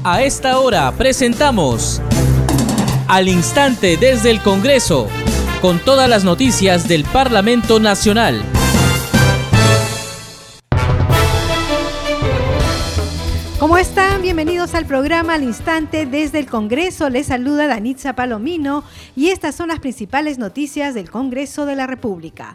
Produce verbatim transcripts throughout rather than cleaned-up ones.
A esta hora presentamos Al Instante desde el Congreso, con todas las noticias del Parlamento Nacional. ¿Cómo están? Bienvenidos al programa Al Instante desde el Congreso. Les saluda Danitza Palomino y estas son las principales noticias del Congreso de la República.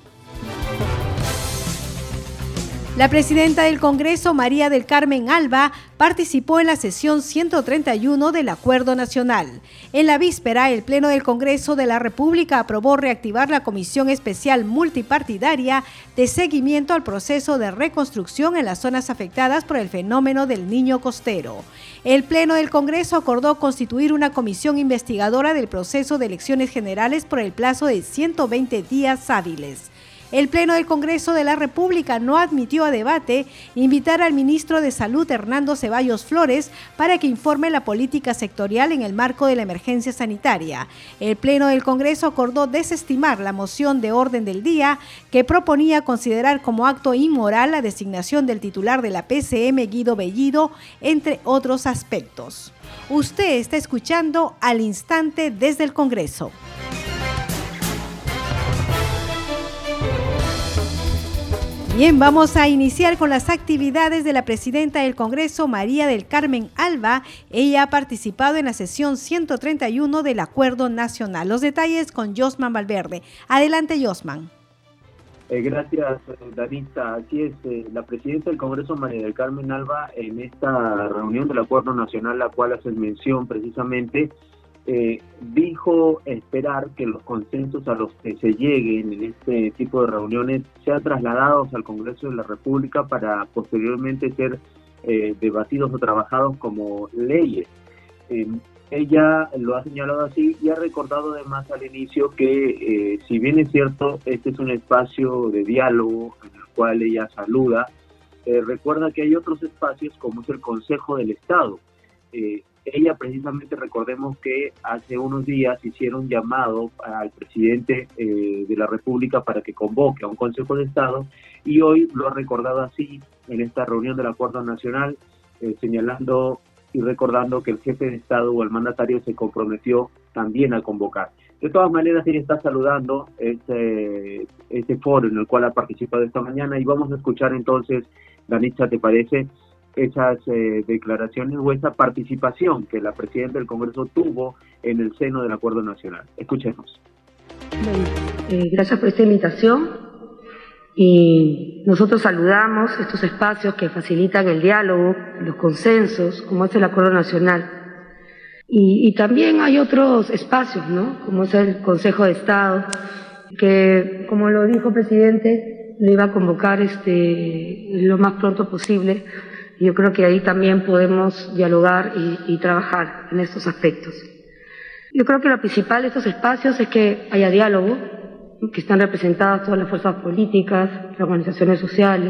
La presidenta del Congreso, María del Carmen Alba, participó en la sesión ciento treinta y uno del Acuerdo Nacional. En la víspera, el Pleno del Congreso de la República aprobó reactivar la Comisión Especial Multipartidaria de seguimiento al proceso de reconstrucción en las zonas afectadas por el fenómeno del Niño Costero. El Pleno del Congreso acordó constituir una comisión investigadora del proceso de elecciones generales por el plazo de ciento veinte días hábiles. El Pleno del Congreso de la República no admitió a debate invitar al ministro de Salud, Hernando Ceballos Flores, para que informe la política sectorial en el marco de la emergencia sanitaria. El Pleno del Congreso acordó desestimar la moción de orden del día que proponía considerar como acto inmoral la designación del titular de la P C M, Guido Bellido, entre otros aspectos. Usted está escuchando Al Instante desde el Congreso. Bien, vamos a iniciar con las actividades de la presidenta del Congreso, María del Carmen Alba. Ella ha participado en la sesión ciento treinta y uno del Acuerdo Nacional. Los detalles con Josman Valverde. Adelante, Josman. Eh, gracias, Danitza. Así es, eh, la presidenta del Congreso, María del Carmen Alba, en esta reunión del Acuerdo Nacional, la cual hace mención precisamente, Eh, dijo esperar que los consensos a los que se lleguen en este tipo de reuniones sean trasladados al Congreso de la República para posteriormente ser eh, debatidos o trabajados como leyes. Eh, ella lo ha señalado así y ha recordado además al inicio que eh, si bien es cierto, este es un espacio de diálogo en el cual ella saluda, eh, recuerda que hay otros espacios como es el Consejo del Estado. Eh, Ella precisamente, recordemos que hace unos días hicieron un llamado al presidente eh, de la República para que convoque a un Consejo de Estado y hoy lo ha recordado así en esta reunión del Acuerdo Nacional, eh, señalando y recordando que el jefe de Estado o el mandatario se comprometió también a convocar. De todas maneras, ella está saludando este, este foro en el cual ha participado esta mañana y vamos a escuchar entonces, Danitza, ¿te parece?, esas eh, declaraciones o esa participación que la presidenta del Congreso tuvo en el seno del Acuerdo Nacional. Escuchemos. Bueno, eh, gracias por esta invitación y nosotros saludamos estos espacios que facilitan el diálogo, los consensos, como es el Acuerdo Nacional. Y, y también hay otros espacios, ¿no?, como es el Consejo de Estado, que, como lo dijo el presidente, lo iba a convocar este, lo más pronto posible. Yo creo que ahí también podemos dialogar y, y trabajar en estos aspectos. Yo creo que lo principal de estos espacios es que haya diálogo, que están representadas todas las fuerzas políticas, las organizaciones sociales,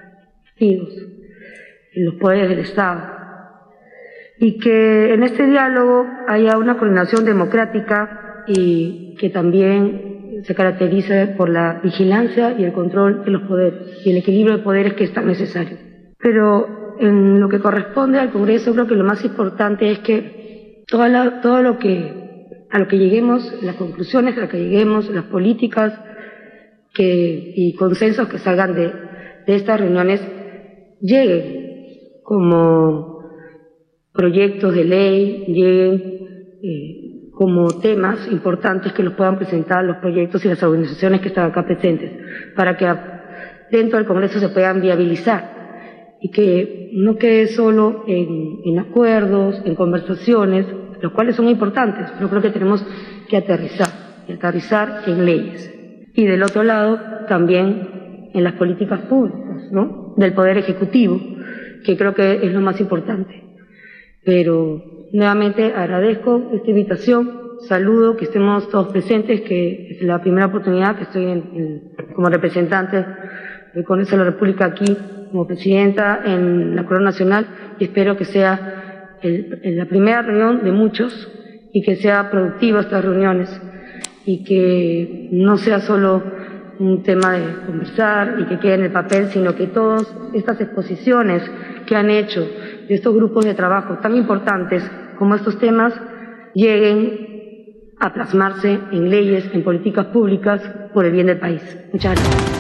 los poderes del Estado, y que en este diálogo haya una coordinación democrática y que también se caracterice por la vigilancia y el control de los poderes y el equilibrio de poderes que es tan necesario. Pero en lo que corresponde al Congreso, creo que lo más importante es que todo, la, todo lo que a lo que lleguemos, las conclusiones a las que lleguemos, las políticas que, y consensos que salgan de, de estas reuniones lleguen como proyectos de ley, lleguen eh, como temas importantes que los puedan presentar los proyectos y las organizaciones que están acá presentes, para que a, dentro del Congreso se puedan viabilizar y que no quede solo en, en acuerdos, en conversaciones, los cuales son importantes, pero creo que tenemos que aterrizar, y aterrizar en leyes. Y del otro lado, también en las políticas públicas, ¿no?, del Poder Ejecutivo, que creo que es lo más importante. Pero nuevamente agradezco esta invitación, saludo que estemos todos presentes, que es la primera oportunidad que estoy en, en, como representante del Congreso de la República aquí, como presidenta en el Acuerdo Nacional, y espero que sea el, el, la primera reunión de muchos y que sea productiva estas reuniones y que no sea solo un tema de conversar y que quede en el papel, sino que todas estas exposiciones que han hecho de estos grupos de trabajo tan importantes como estos temas lleguen a plasmarse en leyes, en políticas públicas por el bien del país. Muchas gracias.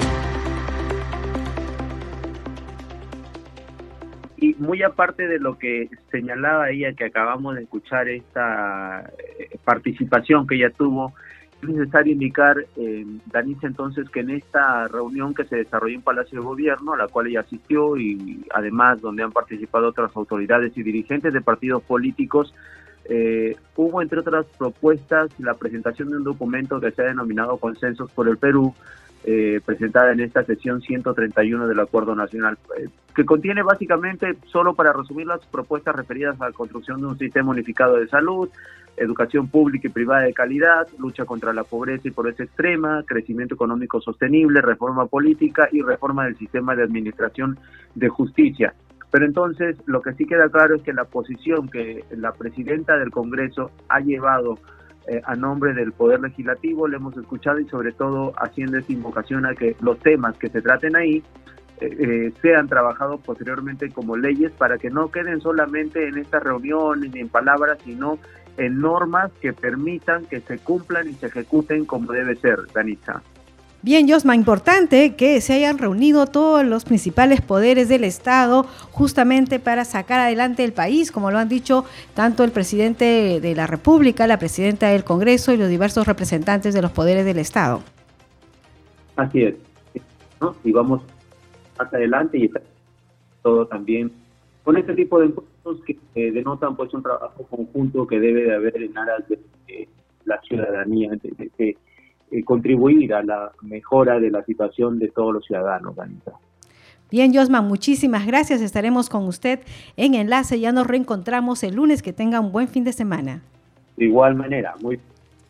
Y muy aparte de lo que señalaba ella, que acabamos de escuchar esta participación que ella tuvo, es necesario indicar, eh, Danitza, entonces, que en esta reunión que se desarrolló en Palacio de Gobierno, a la cual ella asistió, y además donde han participado otras autoridades y dirigentes de partidos políticos, eh, hubo, entre otras propuestas, la presentación de un documento que se ha denominado Consensos por el Perú, eh, presentada en esta sesión ciento treinta y uno del Acuerdo Nacional, eh, que contiene básicamente, solo para resumir, las propuestas referidas a la construcción de un sistema unificado de salud, educación pública y privada de calidad, lucha contra la pobreza y pobreza extrema, crecimiento económico sostenible, reforma política y reforma del sistema de administración de justicia. Pero entonces, lo que sí queda claro es que la posición que la presidenta del Congreso ha llevado eh, a nombre del Poder Legislativo, le hemos escuchado, y sobre todo haciendo esta invocación a que los temas que se traten ahí eh, eh, sean trabajados posteriormente como leyes, para que no queden solamente en estas reuniones ni en palabras, sino en normas que permitan que se cumplan y se ejecuten como debe ser, Danitza. Bien, Yosma, importante que se hayan reunido todos los principales poderes del Estado justamente para sacar adelante el país, como lo han dicho tanto el presidente de la República, la presidenta del Congreso y los diversos representantes de los poderes del Estado. Así es, ¿no? Y vamos más adelante y todo también con este tipo de encuentros que eh, denotan pues un trabajo conjunto que debe de haber en aras de, de la ciudadanía, de, de, de eh, contribuir a la mejora de la situación de todos los ciudadanos, Danita. Bien, Yosma, muchísimas gracias. Estaremos con usted en Enlace. Ya nos reencontramos el lunes. Que tenga un buen fin de semana. De igual manera, muy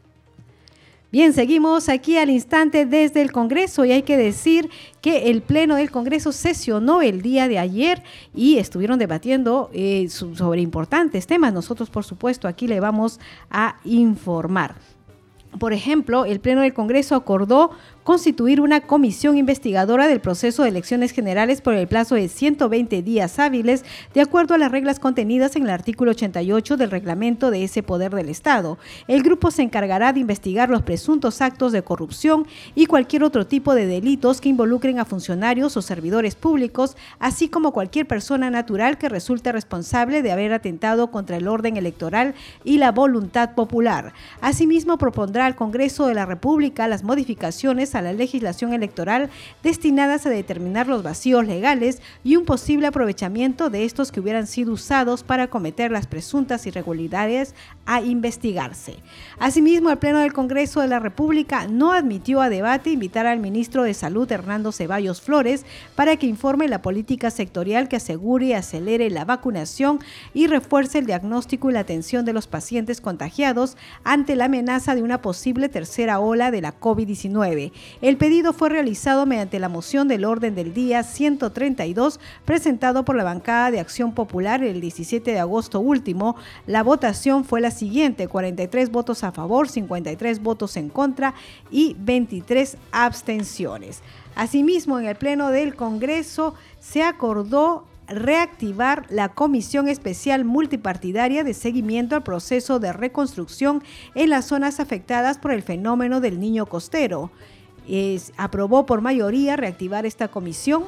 Bien, seguimos aquí al instante desde el Congreso, y hay que decir que el Pleno del Congreso sesionó el día de ayer y estuvieron debatiendo eh, sobre importantes temas. Nosotros, por supuesto, aquí le vamos a informar. Por ejemplo, el Pleno del Congreso acordó constituir una comisión investigadora del proceso de elecciones generales por el plazo de ciento veinte días hábiles, de acuerdo a las reglas contenidas en el artículo ochenta y ocho del reglamento de ese poder del Estado. El grupo se encargará de investigar los presuntos actos de corrupción y cualquier otro tipo de delitos que involucren a funcionarios o servidores públicos, así como cualquier persona natural que resulte responsable de haber atentado contra el orden electoral y la voluntad popular. Asimismo, propondrá al Congreso de la República las modificaciones a la legislación electoral destinadas a determinar los vacíos legales y un posible aprovechamiento de estos que hubieran sido usados para cometer las presuntas irregularidades a investigarse. Asimismo, el Pleno del Congreso de la República no admitió a debate invitar al ministro de Salud, Hernando Ceballos Flores, para que informe la política sectorial que asegure y acelere la vacunación y refuerce el diagnóstico y la atención de los pacientes contagiados ante la amenaza de una posible tercera ola de la COVID diecinueve. El pedido fue realizado mediante la moción del orden del día ciento treinta y dos, presentado por la bancada de Acción Popular el diecisiete de agosto último. La votación fue la siguiente: cuarenta y tres votos a favor, cincuenta y tres votos en contra y veintitrés abstenciones. Asimismo, en el Pleno del Congreso se acordó reactivar la Comisión Especial Multipartidaria de Seguimiento al Proceso de Reconstrucción en las zonas afectadas por el fenómeno del Niño Costero. Es, aprobó por mayoría reactivar esta comisión,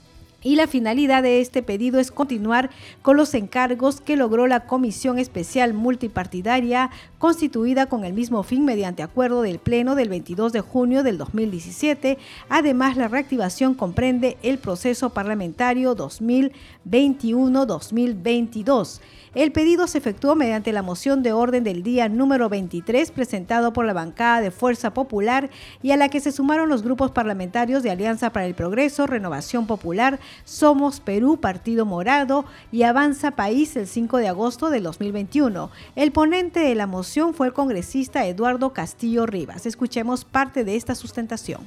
y la finalidad de este pedido es continuar con los encargos que logró la Comisión Especial Multipartidaria, constituida con el mismo fin mediante acuerdo del Pleno del veintidós de junio del dos mil diecisiete. Además, la reactivación comprende el proceso parlamentario dos mil veintiuno dos mil veintidós. El pedido se efectuó mediante la moción de orden del día número veintitrés, presentado por la bancada de Fuerza Popular, y a la que se sumaron los grupos parlamentarios de Alianza para el Progreso, Renovación Popular, Somos Perú, Partido Morado y Avanza País el cinco de agosto del dos mil veintiuno. El ponente de la moción fue el congresista Eduardo Castillo Rivas. Escuchemos parte de esta sustentación.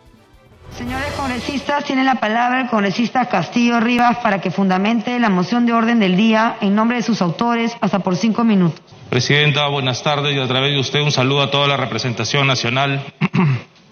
Señores congresistas, tiene la palabra el congresista Castillo Rivas para que fundamente la moción de orden del día en nombre de sus autores, hasta por cinco minutos. Presidenta, buenas tardes, y a través de usted un saludo a toda la representación nacional.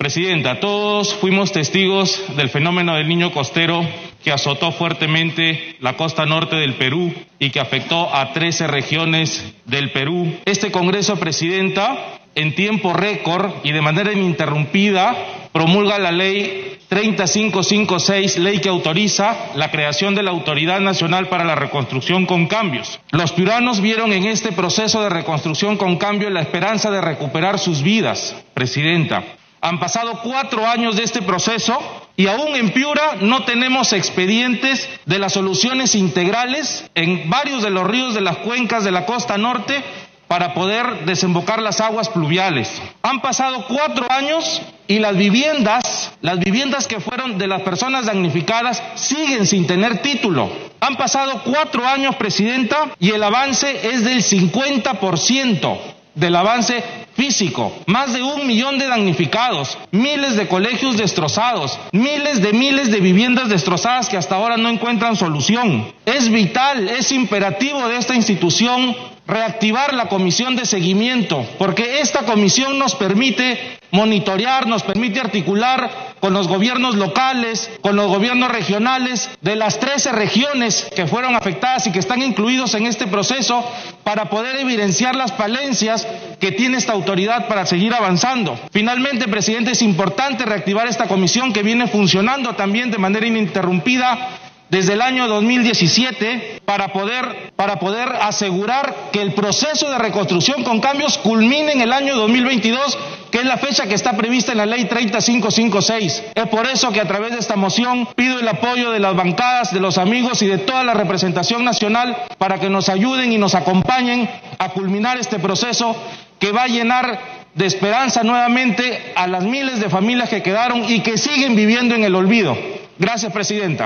Presidenta, todos fuimos testigos del fenómeno del Niño Costero que azotó fuertemente la costa norte del Perú y que afectó a trece regiones del Perú. Este Congreso, Presidenta, en tiempo récord y de manera ininterrumpida, promulga la ley treinta mil quinientos cincuenta y seis, ley que autoriza la creación de la Autoridad Nacional para la Reconstrucción con Cambios. Los piuranos vieron en este proceso de reconstrucción con cambio la esperanza de recuperar sus vidas, Presidenta. Han pasado cuatro años de este proceso y aún en Piura no tenemos expedientes de las soluciones integrales en varios de los ríos de las cuencas de la costa norte para poder desembocar las aguas pluviales. Han pasado cuatro años y las viviendas, las viviendas que fueron de las personas damnificadas siguen sin tener título. Han pasado cuatro años, Presidenta, y el avance es del cincuenta por ciento del avance físico. Más de un millón de damnificados, miles de colegios destrozados, miles de miles de viviendas destrozadas que hasta ahora no encuentran solución. Es vital, es imperativo de esta institución reactivar la comisión de seguimiento, porque esta comisión nos permite monitorear, nos permite articular con los gobiernos locales, con los gobiernos regionales de las trece regiones que fueron afectadas y que están incluidos en este proceso para poder evidenciar las falencias que tiene esta autoridad para seguir avanzando. Finalmente, Presidente, es importante reactivar esta comisión que viene funcionando también de manera ininterrumpida desde el año dos mil diecisiete para poder, para poder asegurar que el proceso de reconstrucción con cambios culmine en el año dos mil veintidós, que es la fecha que está prevista en la ley treinta mil quinientos cincuenta y seis. Es por eso que a través de esta moción pido el apoyo de las bancadas, de los amigos y de toda la representación nacional para que nos ayuden y nos acompañen a culminar este proceso que va a llenar de esperanza nuevamente a las miles de familias que quedaron y que siguen viviendo en el olvido. Gracias, Presidenta.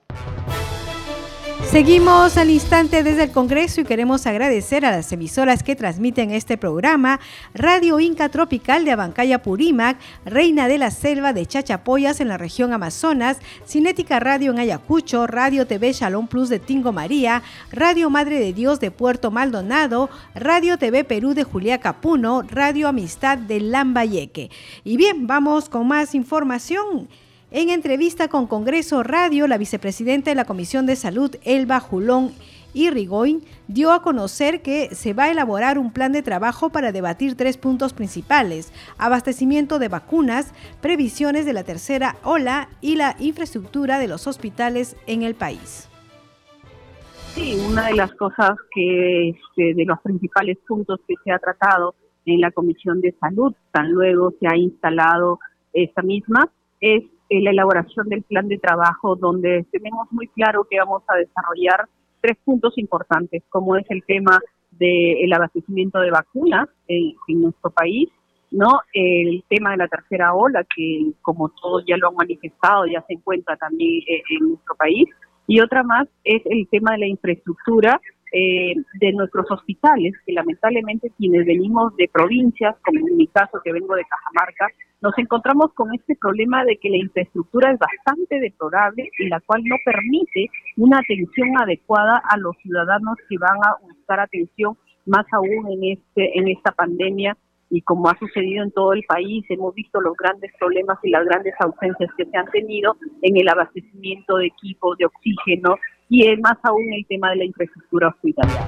Seguimos al instante desde el Congreso y queremos agradecer a las emisoras que transmiten este programa: Radio Inca Tropical de Abancaya Purímac, Reina de la Selva de Chachapoyas en la región Amazonas, Cinética Radio en Ayacucho, Radio T V Shalom Plus de Tingo María, Radio Madre de Dios de Puerto Maldonado, Radio T V Perú de Juliaca Puno, Radio Amistad de Lambayeque. Y bien, vamos con más información. En entrevista con Congreso Radio, la vicepresidenta de la Comisión de Salud, Elba Julón Irrigoyen, dio a conocer que se va a elaborar un plan de trabajo para debatir tres puntos principales: abastecimiento de vacunas, previsiones de la tercera ola y la infraestructura de los hospitales en el país. Sí, una de las cosas que este, de los principales puntos que se ha tratado en la Comisión de Salud, tan luego se ha instalado esta misma, es la elaboración del plan de trabajo, donde tenemos muy claro que vamos a desarrollar tres puntos importantes, como es el tema del abastecimiento de vacunas en, en nuestro país, ¿no? El tema de la tercera ola, que como todos ya lo han manifestado, ya se encuentra también eh, en nuestro país, y otra más es el tema de la infraestructura eh, de nuestros hospitales, que lamentablemente quienes venimos de provincias, como en mi caso que vengo de Cajamarca, nos encontramos con este problema de que la infraestructura es bastante deplorable y la cual no permite una atención adecuada a los ciudadanos que van a buscar atención, más aún en este en esta pandemia. Y como ha sucedido en todo el país, hemos visto los grandes problemas y las grandes ausencias que se han tenido en el abastecimiento de equipos, de oxígeno, y es más aún el tema de la infraestructura hospitalaria.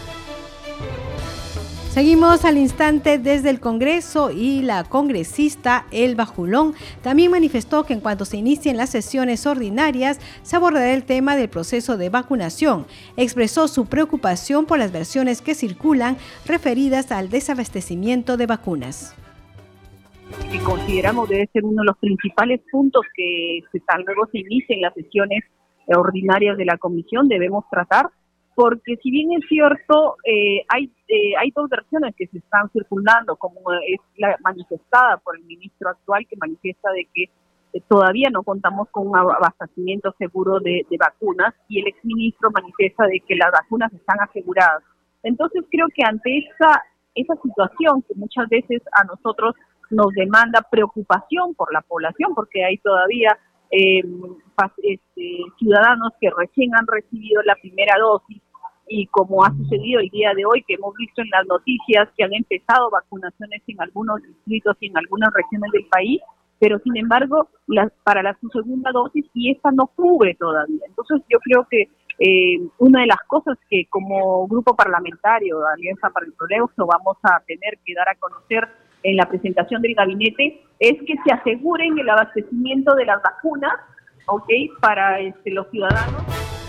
Seguimos al instante desde el Congreso y la congresista Elba Julón también manifestó que en cuanto se inicien las sesiones ordinarias se abordará el tema del proceso de vacunación. Expresó su preocupación por las versiones que circulan referidas al desabastecimiento de vacunas. Que consideramos debe ser uno de los principales puntos que tal luego se inicien las sesiones ordinarias de la comisión debemos tratar, porque si bien es cierto, eh, hay eh, hay dos versiones que se están circulando, como es la manifestada por el ministro actual, que manifiesta de que eh, todavía no contamos con un abastecimiento seguro de, de vacunas, y el exministro manifiesta de que las vacunas están aseguradas. Entonces creo que ante esa, esa situación que muchas veces a nosotros nos demanda preocupación por la población, porque hay todavía Eh, este, ciudadanos que recién han recibido la primera dosis, y como ha sucedido el día de hoy, que hemos visto en las noticias que han empezado vacunaciones en algunos distritos y en algunas regiones del país, pero sin embargo, la, para la su segunda dosis, y esta no cubre todavía. Entonces yo creo que eh, una de las cosas que como grupo parlamentario de Alianza para el Progreso vamos a tener que dar a conocer en la presentación del gabinete es que se aseguren el abastecimiento de las vacunas, ¿ok?, para este, los ciudadanos.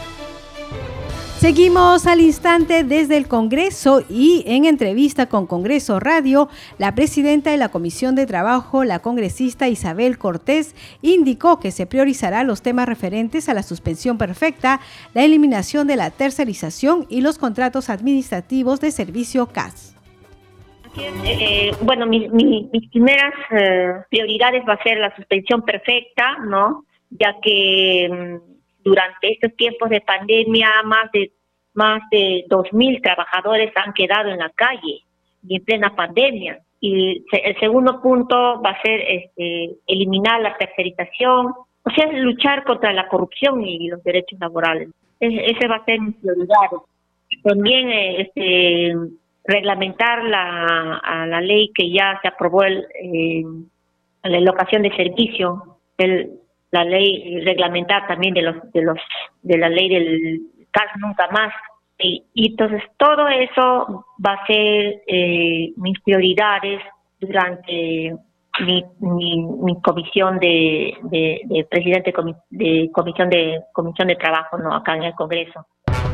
Seguimos al instante desde el Congreso y en entrevista con Congreso Radio, la presidenta de la Comisión de Trabajo, la congresista Isabel Cortés, indicó que se priorizará los temas referentes a la suspensión perfecta, la eliminación de la tercerización y los contratos administrativos de servicio C A S. Eh, bueno, mi, mi, mis primeras eh, prioridades va a ser la suspensión perfecta, ¿no? Ya que mm, durante estos tiempos de pandemia más de más de dos mil trabajadores han quedado en la calle y en plena pandemia. Y se, el segundo punto va a ser este, eliminar la tercerización, o sea, luchar contra la corrupción y los derechos laborales. Es, ese va a ser mi prioridad. También eh, este reglamentar la a la ley que ya se aprobó el, eh, la locación de servicio, el, la ley reglamentar también de los de los de la ley del C A S nunca más, y, y entonces todo eso va a ser eh, mis prioridades durante mi mi, mi comisión de, de, de presidente de, comi, de comisión de comisión de trabajo, no, acá en el Congreso.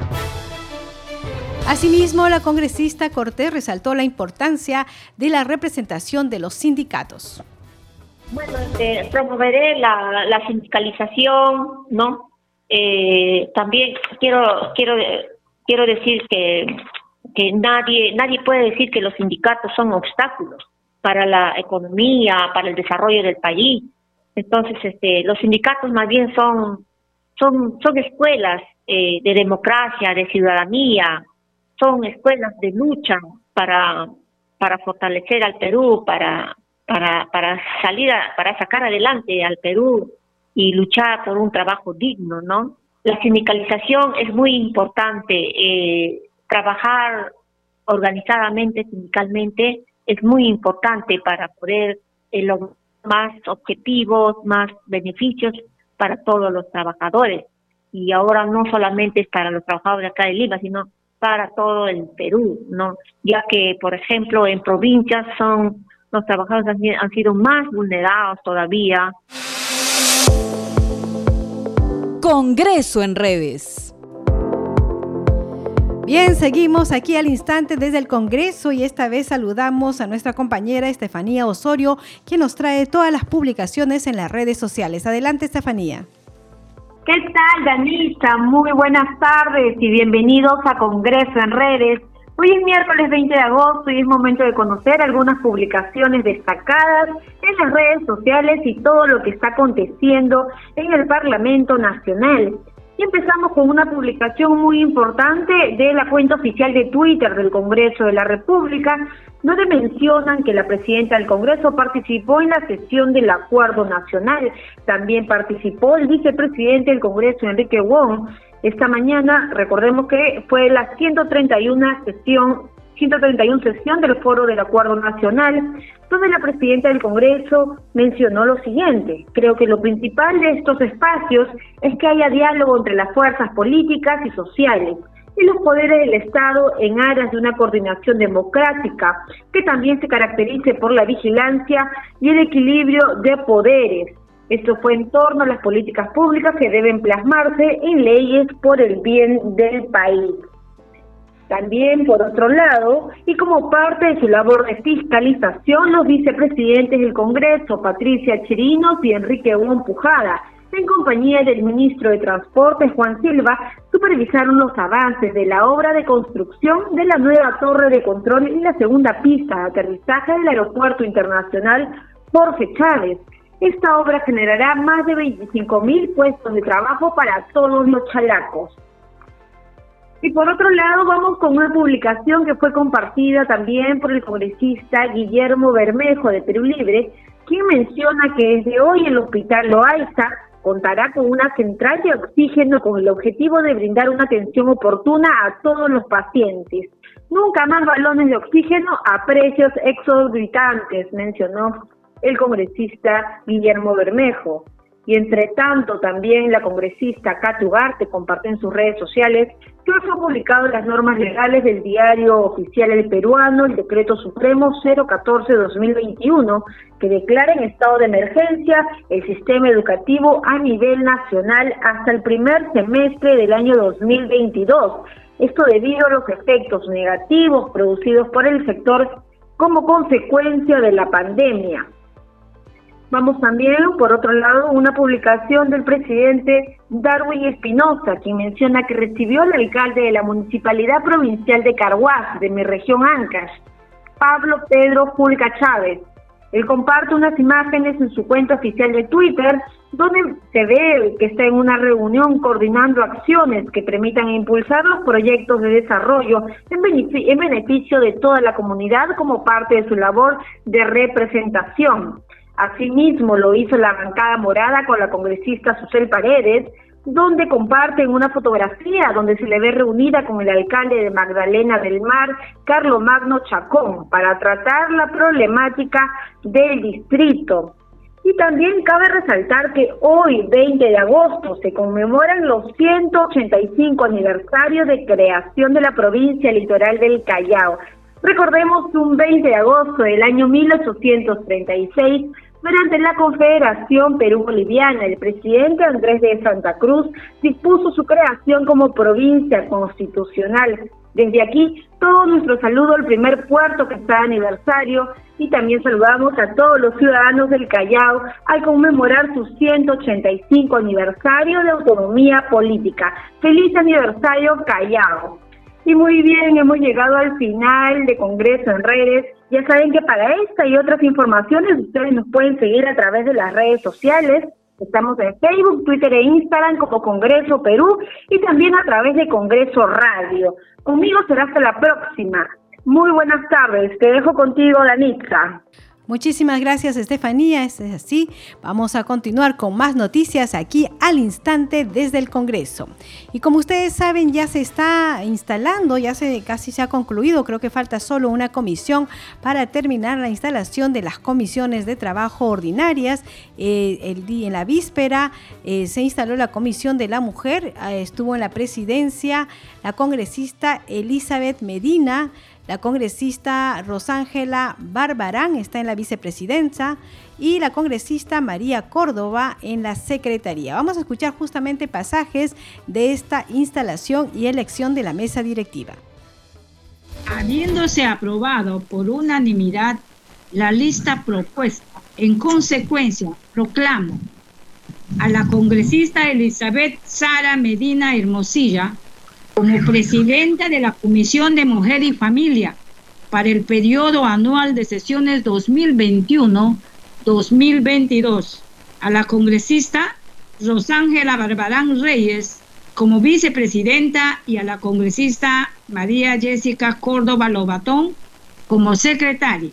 Asimismo, la congresista Cortés resaltó la importancia de la representación de los sindicatos. Bueno, este, promoveré la, la sindicalización, ¿no? Eh, también quiero quiero quiero decir que que nadie nadie puede decir que los sindicatos son obstáculos para la economía, para el desarrollo del país. Entonces, este, los sindicatos más bien son son son escuelas eh, de democracia, de ciudadanía. Son escuelas de lucha para para fortalecer al Perú, para para para salir a, para sacar adelante al Perú y luchar por un trabajo digno, ¿no? La sindicalización es muy importante, eh, trabajar organizadamente, sindicalmente, es muy importante para poder eh, lograr más objetivos, más beneficios para todos los trabajadores. Y ahora no solamente es para los trabajadores de acá de Lima, sino para todo el Perú, ¿no? Ya que, por ejemplo, en provincias son los trabajadores han, han sido más vulnerados todavía. Congreso en redes. Bien, seguimos aquí al instante desde el Congreso y esta vez saludamos a nuestra compañera Estefanía Osorio, quien nos trae todas las publicaciones en las redes sociales. Adelante, Estefanía. ¿Qué tal, Danita? Muy buenas tardes y bienvenidos a Congreso en Redes. Hoy es miércoles veinte de agosto y es momento de conocer algunas publicaciones destacadas en las redes sociales y todo lo que está aconteciendo en el Parlamento Nacional. Y empezamos con una publicación muy importante de la cuenta oficial de Twitter del Congreso de la República, donde mencionan que la presidenta del Congreso participó en la sesión del Acuerdo Nacional. También participó el vicepresidente del Congreso, Enrique Wong. Esta mañana, recordemos que fue la ciento treinta y una sesión, ciento treinta y una sesión del Foro del Acuerdo Nacional, donde la presidenta del Congreso mencionó lo siguiente: creo que lo principal de estos espacios es que haya diálogo entre las fuerzas políticas y sociales y los poderes del Estado en aras de una coordinación democrática que también se caracterice por la vigilancia y el equilibrio de poderes. Esto fue en torno a las políticas públicas que deben plasmarse en leyes por el bien del país. También, por otro lado, y como parte de su labor de fiscalización, los vicepresidentes del Congreso, Patricia Chirinos y Enrique Wong Pujada, en compañía del ministro de Transportes, Juan Silva, supervisaron los avances de la obra de construcción de la nueva torre de control y la segunda pista de aterrizaje del Aeropuerto Internacional Jorge Chávez. Esta obra generará más de veinticinco mil puestos de trabajo para todos los chalacos. Y por otro lado, vamos con una publicación que fue compartida también por el congresista Guillermo Bermejo de Perú Libre, quien menciona que desde hoy el Hospital Loaiza contará con una central de oxígeno con el objetivo de brindar una atención oportuna a todos los pacientes. Nunca más balones de oxígeno a precios exorbitantes, mencionó el congresista Guillermo Bermejo. Y entre tanto, también la congresista Katy Ugarte compartió en sus redes sociales que hoy fue publicado en las normas legales del Diario Oficial El Peruano el Decreto Supremo cero catorce guión dos mil veintiuno, que declara en estado de emergencia el sistema educativo a nivel nacional hasta el primer semestre del año dos mil veintidós. Esto debido a los efectos negativos producidos por el sector como consecuencia de la pandemia. Vamos también, por otro lado, una publicación del presidente Darwin Espinosa, quien menciona que recibió al alcalde de la Municipalidad Provincial de Carhuaz, de mi región Ancash, Pablo Pedro Fulca Chávez. Él comparte unas imágenes en su cuenta oficial de Twitter, donde se ve que está en una reunión coordinando acciones que permitan impulsar los proyectos de desarrollo en beneficio, en beneficio de toda la comunidad como parte de su labor de representación. Asimismo, lo hizo la bancada morada con la congresista Susel Paredes, donde comparten una fotografía donde se le ve reunida con el alcalde de Magdalena del Mar, Carlomagno Chacón, para tratar la problemática del distrito. Y también cabe resaltar que hoy, veinte de agosto, se conmemoran los ciento ochenta y cinco aniversarios de creación de la provincia litoral del Callao. Recordemos que un veinte de agosto del año mil ochocientos treinta y seis, durante la Confederación Perú-Boliviana, el presidente Andrés de Santa Cruz dispuso su creación como provincia constitucional. Desde aquí, todo nuestro saludo al primer puerto que está de aniversario y también saludamos a todos los ciudadanos del Callao al conmemorar su ciento ochenta y cinco aniversario de autonomía política. ¡Feliz aniversario, Callao! Y muy bien, hemos llegado al final de Congreso en Redes. Ya saben que para esta y otras informaciones ustedes nos pueden seguir a través de las redes sociales. Estamos en Facebook, Twitter e Instagram como Congreso Perú y también a través de Congreso Radio. Conmigo será hasta la próxima. Muy buenas tardes. Te dejo contigo, Danitza. Muchísimas gracias, Estefanía. Es así. Vamos a continuar con más noticias aquí al instante desde el Congreso. Y como ustedes saben, ya se está instalando, ya se casi se ha concluido. Creo que falta solo una comisión para terminar la instalación de las comisiones de trabajo ordinarias. Eh, el día en la víspera eh, se instaló la Comisión de la Mujer. Eh, estuvo en la presidencia la congresista Elizabeth Medina. La congresista Rosángela Barbarán está en la vicepresidencia y la congresista María Córdoba en la secretaría. Vamos a escuchar justamente pasajes de esta instalación y elección de la mesa directiva. Habiéndose aprobado por unanimidad la lista propuesta, en consecuencia proclamo a la congresista Elizabeth Sara Medina Hermosilla como presidenta de la Comisión de Mujer y Familia para el periodo anual de sesiones dos mil veintiuno dos mil veintidós, a la congresista Rosángela Barbarán Reyes como vicepresidenta y a la congresista María Jessica Córdoba Lobatón como secretaria.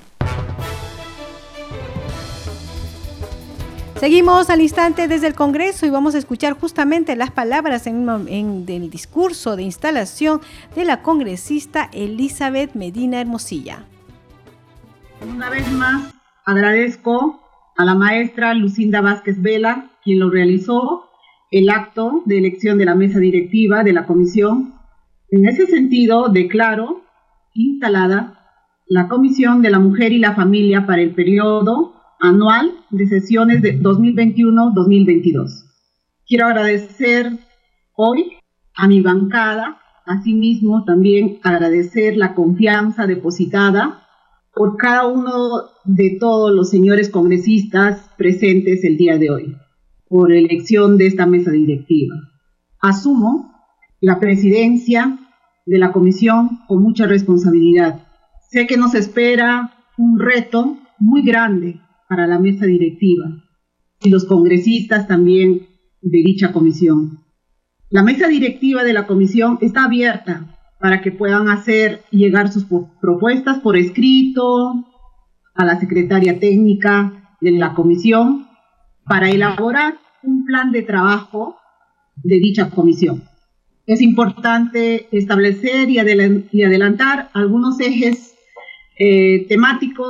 Seguimos al instante desde el Congreso y vamos a escuchar justamente las palabras en, en del discurso de instalación de la congresista Elizabeth Medina Hermosilla. Una vez más agradezco a la maestra Lucinda Vázquez Vela, quien lo realizó, el acto de elección de la mesa directiva de la comisión. En ese sentido, declaro instalada la Comisión de la Mujer y la Familia para el periodo anual de sesiones de dos mil veintiuno dos mil veintidós. Quiero agradecer hoy a mi bancada, asimismo también agradecer la confianza depositada por cada uno de todos los señores congresistas presentes el día de hoy, por elección de esta mesa directiva. Asumo la presidencia de la comisión con mucha responsabilidad. Sé que nos espera un reto muy grande para la mesa directiva y los congresistas también de dicha comisión. La mesa directiva de la comisión está abierta para que puedan hacer llegar sus propuestas por escrito a la secretaria técnica de la comisión para elaborar un plan de trabajo de dicha comisión. Es importante establecer y adelantar algunos ejes eh, temáticos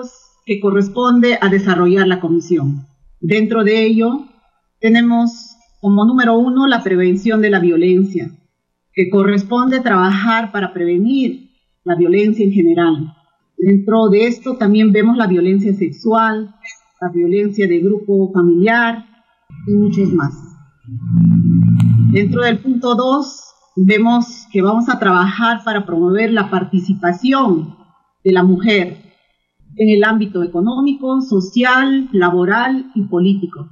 que corresponde a desarrollar la comisión. Dentro de ello, tenemos como número uno la prevención de la violencia, que corresponde trabajar para prevenir la violencia en general. Dentro de esto también vemos la violencia sexual, la violencia de grupo familiar y muchos más. Dentro del punto dos, vemos que vamos a trabajar para promover la participación de la mujer en el ámbito económico, social, laboral y político.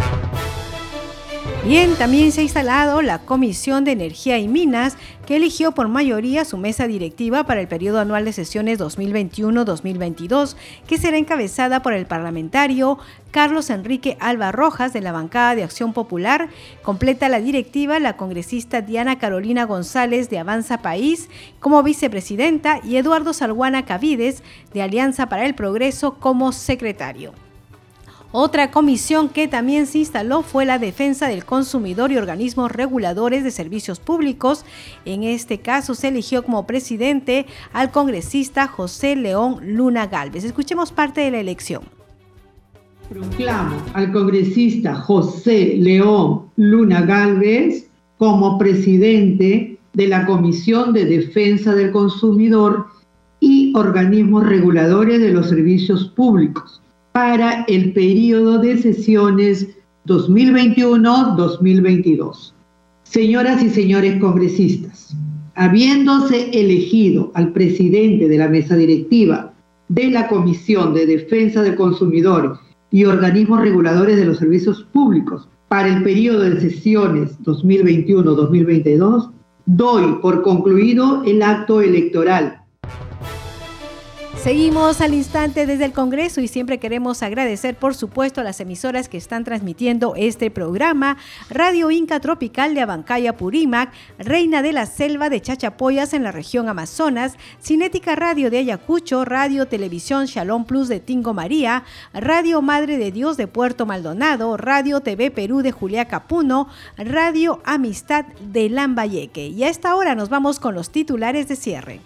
Bien, también se ha instalado la Comisión de Energía y Minas, que eligió por mayoría su mesa directiva para el periodo anual de sesiones dos mil veintiuno dos mil veintidós, que será encabezada por el parlamentario Carlos Enrique Alba Rojas, de la bancada de Acción Popular. Completa la directiva la congresista Diana Carolina González, de Avanza País, como vicepresidenta, y Eduardo Salguana Cavides, de Alianza para el Progreso, como secretario. Otra comisión que también se instaló fue la Defensa del Consumidor y Organismos Reguladores de Servicios Públicos. En este caso se eligió como presidente al congresista José León Luna Gálvez. Escuchemos parte de la elección. Proclamo al congresista José León Luna Gálvez como presidente de la Comisión de Defensa del Consumidor y Organismos Reguladores de los Servicios Públicos para el periodo de sesiones dos mil veintiuno dos mil veintidós. Señoras y señores congresistas, habiéndose elegido al presidente de la mesa directiva de la Comisión de Defensa del Consumidor y Organismos Reguladores de los Servicios Públicos para el periodo de sesiones dos mil veintiuno dos mil veintidós, doy por concluido el acto electoral. Seguimos al instante desde el Congreso y siempre queremos agradecer, por supuesto, a las emisoras que están transmitiendo este programa: Radio Inca Tropical de Abancaya, Purímac, Reina de la Selva de Chachapoyas en la región Amazonas, Cinética Radio de Ayacucho, Radio Televisión Shalom Plus de Tingo María, Radio Madre de Dios de Puerto Maldonado, Radio T V Perú de Juliaca Puno, Radio Amistad de Lambayeque. Y a esta hora nos vamos con los titulares de cierre.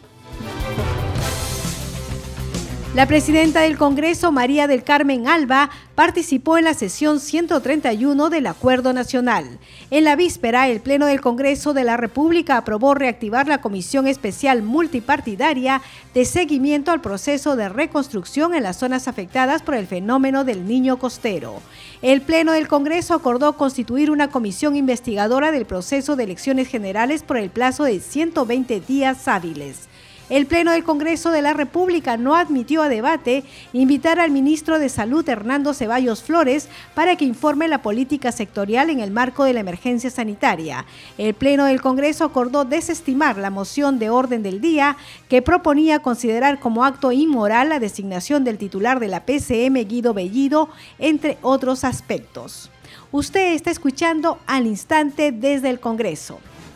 La presidenta del Congreso, María del Carmen Alba, participó en la sesión ciento treinta y uno del Acuerdo Nacional. En la víspera, el Pleno del Congreso de la República aprobó reactivar la Comisión Especial Multipartidaria de seguimiento al proceso de reconstrucción en las zonas afectadas por el fenómeno del Niño Costero. El Pleno del Congreso acordó constituir una comisión investigadora del proceso de elecciones generales por el plazo de ciento veinte días hábiles. El Pleno del Congreso de la República no admitió a debate invitar al ministro de Salud, Hernando Ceballos Flores, para que informe la política sectorial en el marco de la emergencia sanitaria. El Pleno del Congreso acordó desestimar la moción de orden del día que proponía considerar como acto inmoral la designación del titular de la P C M, Guido Bellido, entre otros aspectos. Usted está escuchando Al Instante desde el Congreso.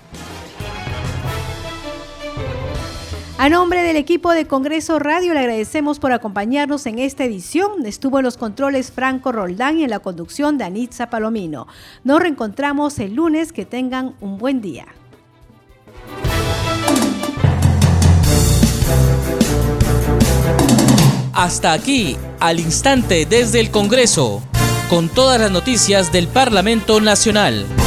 A nombre del equipo de Congreso Radio le agradecemos por acompañarnos en esta edición. Estuvo en los controles Franco Roldán y en la conducción Danitza Palomino. Nos reencontramos el lunes. Que tengan un buen día. Hasta aquí, Al Instante desde el Congreso, con todas las noticias del Parlamento Nacional.